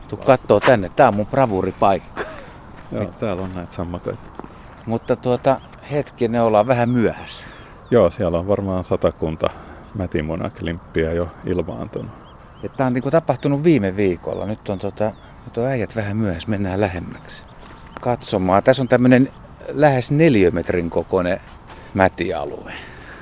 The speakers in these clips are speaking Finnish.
Tuu kattoo tänne, tää on mun bravuripaikka. Joo, täällä on näitä sammakoita. Mutta hetkinen, ollaan vähän myöhässä. Joo, siellä on varmaan 100 mätimunaklimppiä jo ilmaantunut. Tää on niinku tapahtunut viime viikolla. Nyt on äijät vähän myöhässä, mennään lähemmäksi katsomaan. Tässä on tämmönen lähes 4 metrin kokoinen mätialue.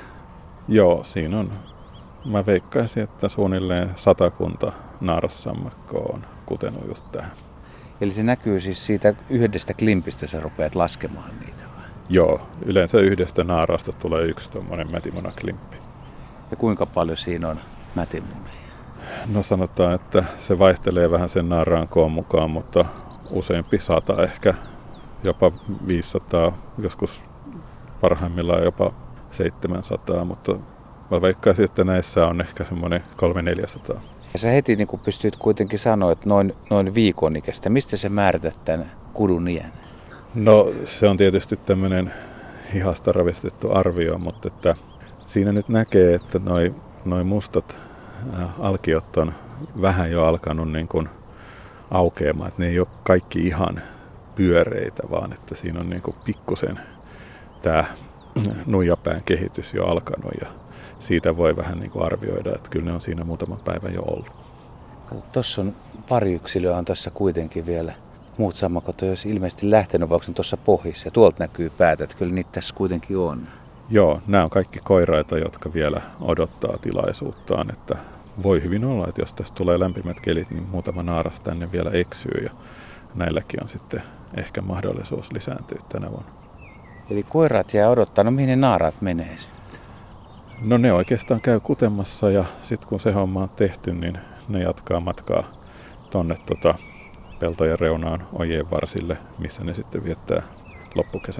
Joo, siinä on. Mä veikkaisin, että suunnilleen 100 naarassammakkoa on kutenut just tähän. Eli se näkyy siis siitä yhdestä klimpistä, sä rupeat laskemaan niitä vai? Joo, yleensä yhdestä naarasta tulee yksi tuommoinen mätimunaklimppi. Ja kuinka paljon siinä on mätimunia? No sanotaan, että se vaihtelee vähän sen naaraan koon mukaan, mutta useampi 100, ehkä jopa 500, joskus parhaimmillaan jopa 700, mutta mä veikkaisin, että näissä on ehkä semmoinen 300-400. Ja sä heti niin pystyt kuitenkin sanoa, että noin viikon ikäistä. Mistä sä määrität tämän kudun iän? No se on tietysti tämmöinen hihasta ravistettu arvio, mutta että siinä nyt näkee, että noi mustat alkiot on vähän jo alkanut niin kuin aukeamaan. Että ne ei ole kaikki ihan pyöreitä, vaan että siinä on niin kuin pikkusen tämä nuijapään kehitys jo alkanut ja siitä voi vähän niin kuin arvioida, että kyllä ne on siinä muutaman päivän jo ollut. Tuossa on pari yksilöä on tässä kuitenkin vielä. Muut sammakot on ilmeisesti lähtenyt, vaikka tuossa pohjissa ja tuolta näkyy päätä, että kyllä niitä tässä kuitenkin on. Joo, nämä on kaikki koiraita, jotka vielä odottaa tilaisuuttaan, että voi hyvin olla, että jos tässä tulee lämpimät kelit, niin muutama naaras tänne vielä eksyy ja näilläkin on sitten ehkä mahdollisuus lisääntyä tänä vuonna. Eli koiraat jää odottaa, no mihin ne naaraat menee sitten? No ne oikeastaan käy kutemassa ja sitten kun se homma on tehty, niin ne jatkaa matkaa tonne peltojen reunaan ojien varsille, missä ne sitten viettää loppukesän.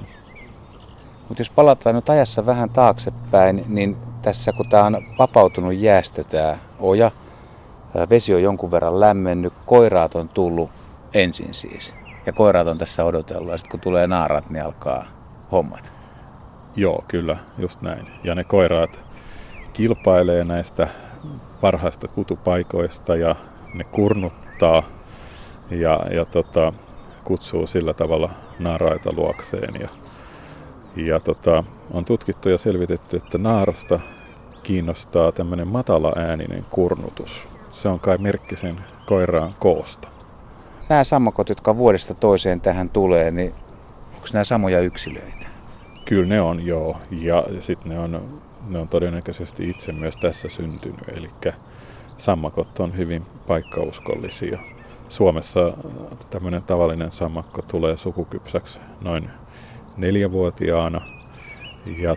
Mutta jos palataan nyt ajassa vähän taaksepäin, niin tässä kun tämä on vapautunut jäästä tämä oja, vesi on jonkun verran lämmennyt, koiraat on tullut ensin siis. Ja koiraat on tässä odotellut ja sitten kun tulee naarat, niin alkaa hommat. Joo, kyllä, just näin. Ja ne koiraat kilpailee näistä parhaista kutupaikoista ja ne kurnuttaa ja kutsuu sillä tavalla naaraita luokseen. Ja on tutkittu ja selvitetty, että naarasta kiinnostaa tämmöinen matala-ääninen kurnutus. Se on kai merkki sen koiraan koosta. Nämä sammakot, jotka vuodesta toiseen tähän tulee, niin onko nämä samoja yksilöitä? Kyllä ne on, joo. Ja sitten ne on todennäköisesti itse myös tässä syntynyt. Eli sammakot on hyvin paikkauskollisia. Suomessa tämmöinen tavallinen sammakko tulee sukukypsäksi noin 4-vuotiaana. Ja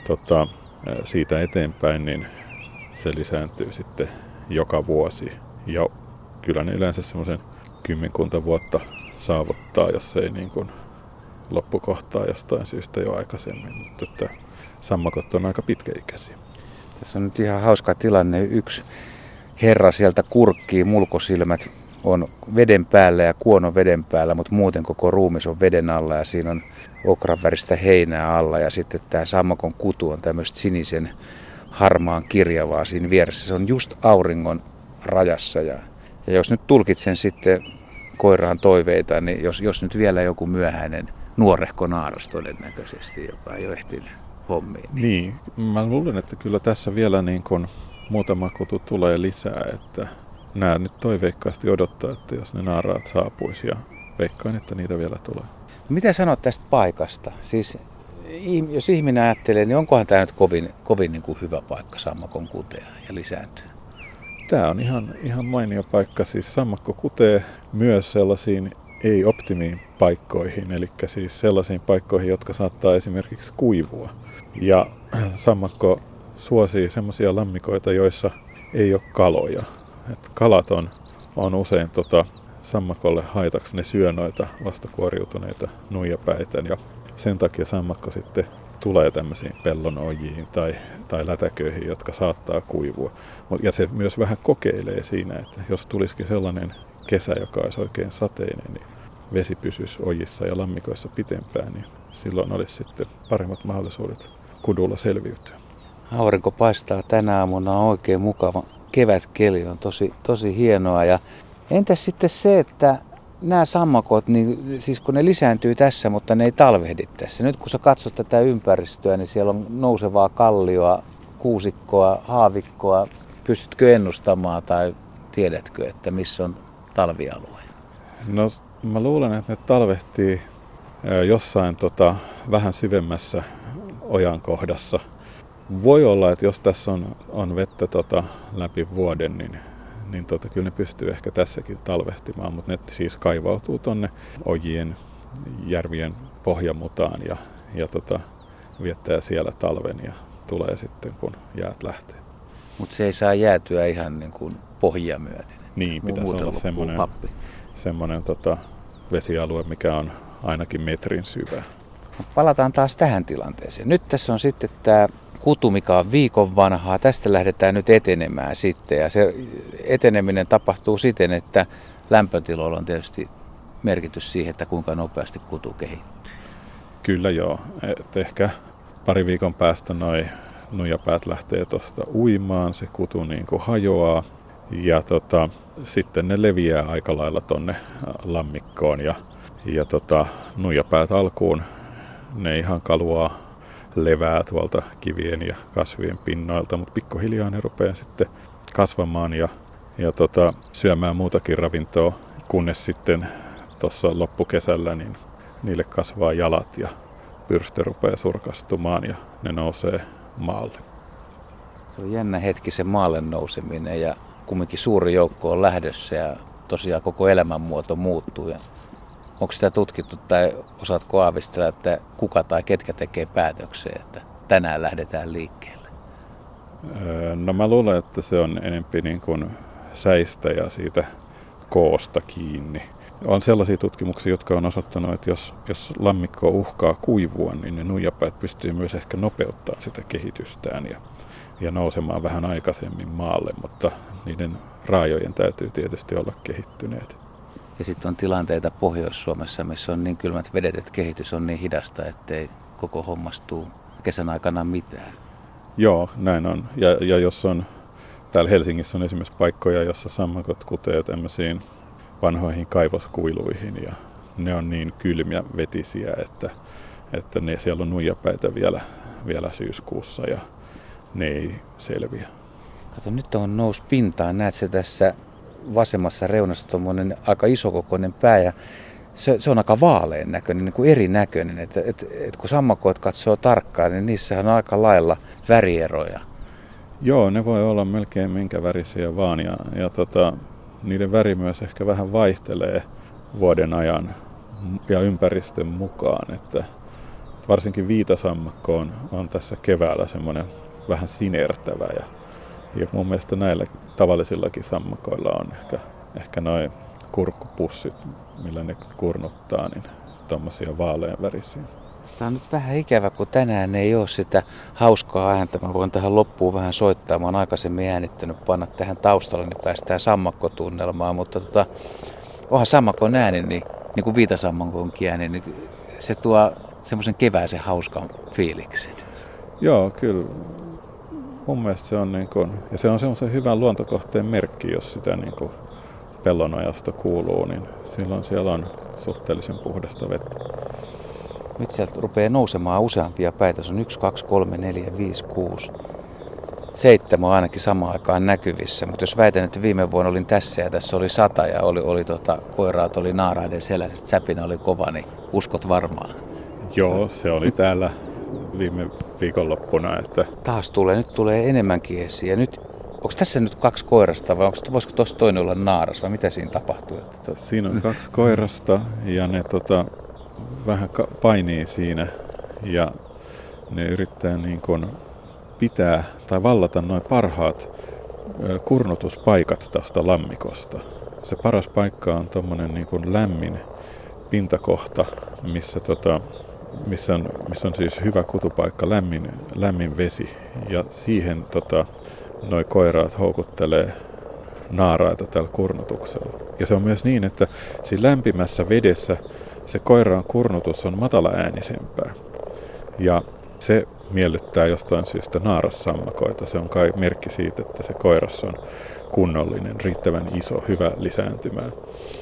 siitä eteenpäin niin se lisääntyy sitten joka vuosi. Ja kyllä ne yleensä semmoisen 10 vuotta saavuttaa, jos ei niin kuin loppukohtaa jostain syystä jo aikaisemmin, mutta että sammakot on aika pitkäikäisiä. Tässä on nyt ihan hauska tilanne. Yksi herra sieltä kurkkii, mulkosilmät on veden päällä ja kuono veden päällä, mutta muuten koko ruumis on veden alla ja siinä on okranväristä heinää alla ja sitten tämä sammakon kutu on tämmöistä sinisen harmaan kirjavaa siinä vieressä. Se on just auringon rajassa ja jos nyt tulkitsen sitten koiraan toiveita, niin jos nyt vielä joku myöhäinen nuorehko naaras todennäköisesti, joka ei ole ehtinyt hommiin. Niin, mä luulen, että kyllä tässä vielä niin kun muutama kutu tulee lisää, että nämä nyt toiveikkaasti odottaa, että jos ne naaraat saapuisi ja veikkaan, että niitä vielä tulee. Mitä sanot tästä paikasta? Siis jos ihminen ajattelee, niin onkohan tämä nyt kovin niin kuin hyvä paikka sammakon kutea ja lisääntyä? Tämä on ihan mainio paikka. Siis sammakko kutee myös sellaisiin ei-optimiin paikkoihin, eli siis sellaisiin paikkoihin, jotka saattaa esimerkiksi kuivua. Ja sammakko suosii sellaisia lammikoita, joissa ei ole kaloja. Et kalat on usein sammakolle haitaksi, ne syö noita vastakuoriutuneita nuijapäitä ja sen takia sammakko sitten tulee tämmöisiin pellon ojiin tai lätäköihin, jotka saattaa kuivua. Ja se myös vähän kokeilee siinä, että jos tulisikin sellainen kesä, joka olisi oikein sateinen, niin vesi pysyisi ojissa ja lammikoissa pitempään, niin silloin olisi sitten paremmat mahdollisuudet kudulla selviytyä. Aurinko paistaa tänä aamuna, on oikein mukava kevätkeli, on tosi hienoa. Ja entäs sitten se, että nämä sammakot, niin siis kun ne lisääntyy tässä, mutta ne ei talvehdi tässä. Nyt kun sä katsot tätä ympäristöä, niin siellä on nousevaa kallioa, kuusikkoa, haavikkoa. Pystytkö ennustamaan tai tiedätkö, että missä on talvialue? No mä luulen, että ne talvehtii jossain vähän syvemmässä ojan kohdassa. Voi olla, että jos tässä on vettä läpi vuoden, niin kyllä ne pystyy ehkä tässäkin talvehtimaan, mutta ne siis kaivautuu tonne ojien, järvien pohjamutaan ja viettää siellä talven ja tulee sitten, kun jäät lähtee. Mutta se ei saa jäätyä ihan niin kuin pohjia myöden. Niin, pitäisi olla semmoinen vesialue, mikä on ainakin metrin syvä. Palataan taas tähän tilanteeseen. Nyt tässä on sitten tämä kutu, mikä on viikon vanhaa. Tästä lähdetään nyt etenemään sitten. Ja se eteneminen tapahtuu siten, että lämpötiloilla on tietysti merkitys siihen, että kuinka nopeasti kutu kehittyy. Kyllä joo. Et ehkä pari viikon päästä noi nuijapäät lähtee tuosta uimaan. Se kutu niin kuin hajoaa. Ja sitten ne leviää aika lailla tonne lammikkoon. Ja nuijapäät alkuun ne ihan kaluaa levää tuolta kivien ja kasvien pinnoilta, mutta pikkuhiljaa ne rupeaa sitten kasvamaan ja syömään muutakin ravintoa, kunnes sitten tuossa loppukesällä niin niille kasvaa jalat ja pyrstö rupeaa surkastumaan ja ne nousee maalle. Se on jännä hetki se maalle nouseminen ja kumminkin suuri joukko on lähdössä ja tosiaan koko elämänmuoto muuttuu. Ja onko sitä tutkittu tai osaatko aavistella, että kuka tai ketkä tekee päätöksen, että tänään lähdetään liikkeelle? No mä luulen, että se on enempi niin kuin säistä ja siitä koosta kiinni. On sellaisia tutkimuksia, jotka on osoittanut, että jos lammikko uhkaa kuivua, niin ne nuijapäät pystyy myös ehkä nopeuttamaan sitä kehitystään ja nousemaan vähän aikaisemmin maalle, mutta niiden raajojen täytyy tietysti olla kehittyneet. Ja sitten on tilanteita Pohjois-Suomessa, missä on niin kylmät vedet, että kehitys on niin hidasta, ettei koko hommastuu kesän aikana mitään. Joo, näin on. Ja jos on, täällä Helsingissä on esimerkiksi paikkoja, jossa sammakot kutee tämmöisiin vanhoihin kaivoskuiluihin ja ne on niin kylmiä vetisiä, että ne siellä on nuijapäitä vielä syyskuussa ja ne ei selviä. Kato, nyt on noussut pintaan. Näet se tässä vasemmassa reunassa tuommoinen aika isokokoinen pää ja se on aika vaalean näköinen, niin kuin erinäköinen. Et kun sammakoit katsoo tarkkaan, niin niissähän on aika lailla värieroja. Joo, ne voi olla melkein minkä värisiä vaan ja niiden väri myös ehkä vähän vaihtelee vuoden ajan ja ympäristön mukaan. Että varsinkin viitasammakko on tässä keväällä semmoinen vähän sinertävä ja mun mielestä näillä tavallisillakin sammakoilla on ehkä noin kurkkupussit, millä ne kurnuttaa, niin tommosia vaaleanvärisiä. Tämä on nyt vähän ikävä, kun tänään ei ole sitä hauskaa ääntä. Mä voin tähän loppuun vähän soittaa. Mä oon aikaisemmin äänittänyt, panna tähän taustalle, niin päästään sammakkotunnelmaan. Mutta onhan sammakon ääni, niin kuin viitasammakonkin ääni, niin se tuo semmoisen keväisen hauskan fiiliksen. Joo, kyllä. Mun mielestä se on, ja se on semmoisen hyvän luontokohteen merkki, jos sitä pellonojasta kuuluu, niin silloin siellä on suhteellisen puhdasta vettä. Nyt sieltä rupeaa nousemaan useampia päitä. Se on 1, 2, 3, 4, 5, 6, 7 on ainakin samaan aikaan näkyvissä. Mutta jos väitän, että viime vuonna olin tässä ja tässä oli 100 ja koiraat oli naaraiden selässä, säpinä oli kova, niin uskot varmaan. Joo, se oli täällä viime viikonloppuna. Että Nyt tulee enemmänkin esiin. Ja nyt, onko tässä nyt 2 koirasta vai voisiko tuossa toinen olla naaras vai mitä siinä tapahtuu? Siinä on 2 koirasta ja ne vähän painii siinä ja ne yrittää pitää tai vallata noin parhaat kurnutuspaikat tästä lammikosta. Se paras paikka on tommonen lämmin pintakohta, missä on siis hyvä kutupaikka, lämmin vesi ja siihen noi koiraat houkuttelee naaraita tällä kurnutuksella. Ja se on myös niin, että siinä lämpimässä vedessä se koiran kurnutus on matalaäänisempää ja se miellyttää jostain syystä naarassammakoita. Se on kai merkki siitä, että se koiras on kunnollinen, riittävän iso, hyvä lisääntymään.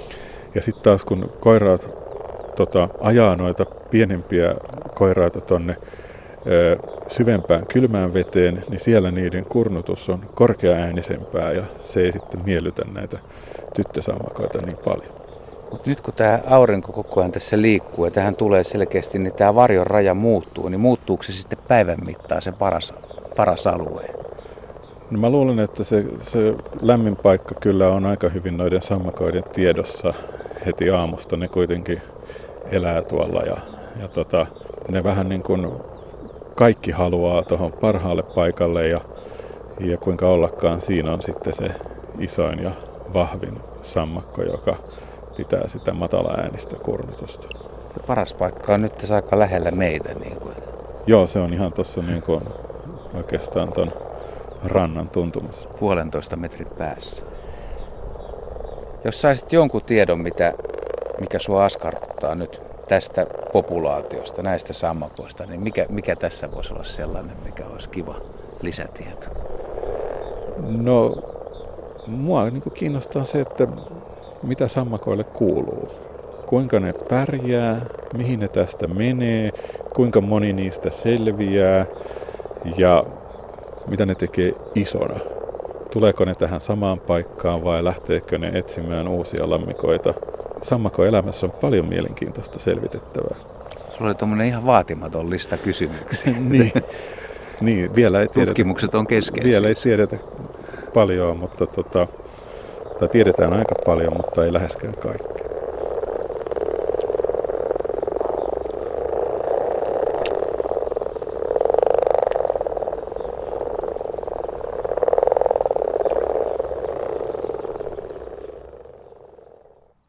Ja sitten taas kun koiraat ajaa noita pienempiä koiraita tonne syvempään kylmään veteen, niin siellä niiden kurnutus on korkeaäänisempää ja se ei sitten miellytä näitä tyttösammakoita niin paljon. Mut nyt kun tämä aurinko koko ajan tässä liikkuu ja tähän tulee selkeästi, niin tämä varjon raja muuttuu, niin muuttuuko se sitten päivän mittaan se paras alue? No mä luulen, että se lämmin paikka kyllä on aika hyvin noiden sammakoiden tiedossa heti aamusta. Ne kuitenkin elää tuolla ja ne vähän niin kuin kaikki haluaa tuohon parhaalle paikalle ja kuinka ollakaan siinä on sitten se isoin ja vahvin sammakko, joka pitää sitä matala-äänistä kurnutusta. Se paras paikka on nyt tässä aika lähellä meitä. Niin kuin. Joo, se on ihan tuossa niin kuin oikeastaan ton rannan tuntumassa. 1,5 metrin päässä. Jos saisit jonkun tiedon, mikä sua askarruttaa nyt tästä populaatiosta, näistä sammakoista, niin mikä tässä voisi olla sellainen, mikä olisi kiva lisätieto? No, mua niin kuin kiinnostaa se, että mitä sammakoille kuuluu. Kuinka ne pärjää, mihin ne tästä menee, kuinka moni niistä selviää ja mitä ne tekee isona. Tuleeko ne tähän samaan paikkaan vai lähteekö ne etsimään uusia lammikoita? Sammakoelämässä on paljon mielenkiintoista selvitettävää. Sulla oli tuommoinen ihan vaatimaton lista kysymyksiä. niin, vielä ei tiedetä. Tutkimukset on keskeisiä. Vielä ei tiedetä paljon, mutta tai tiedetään aika paljon, mutta ei läheskään kaikkea.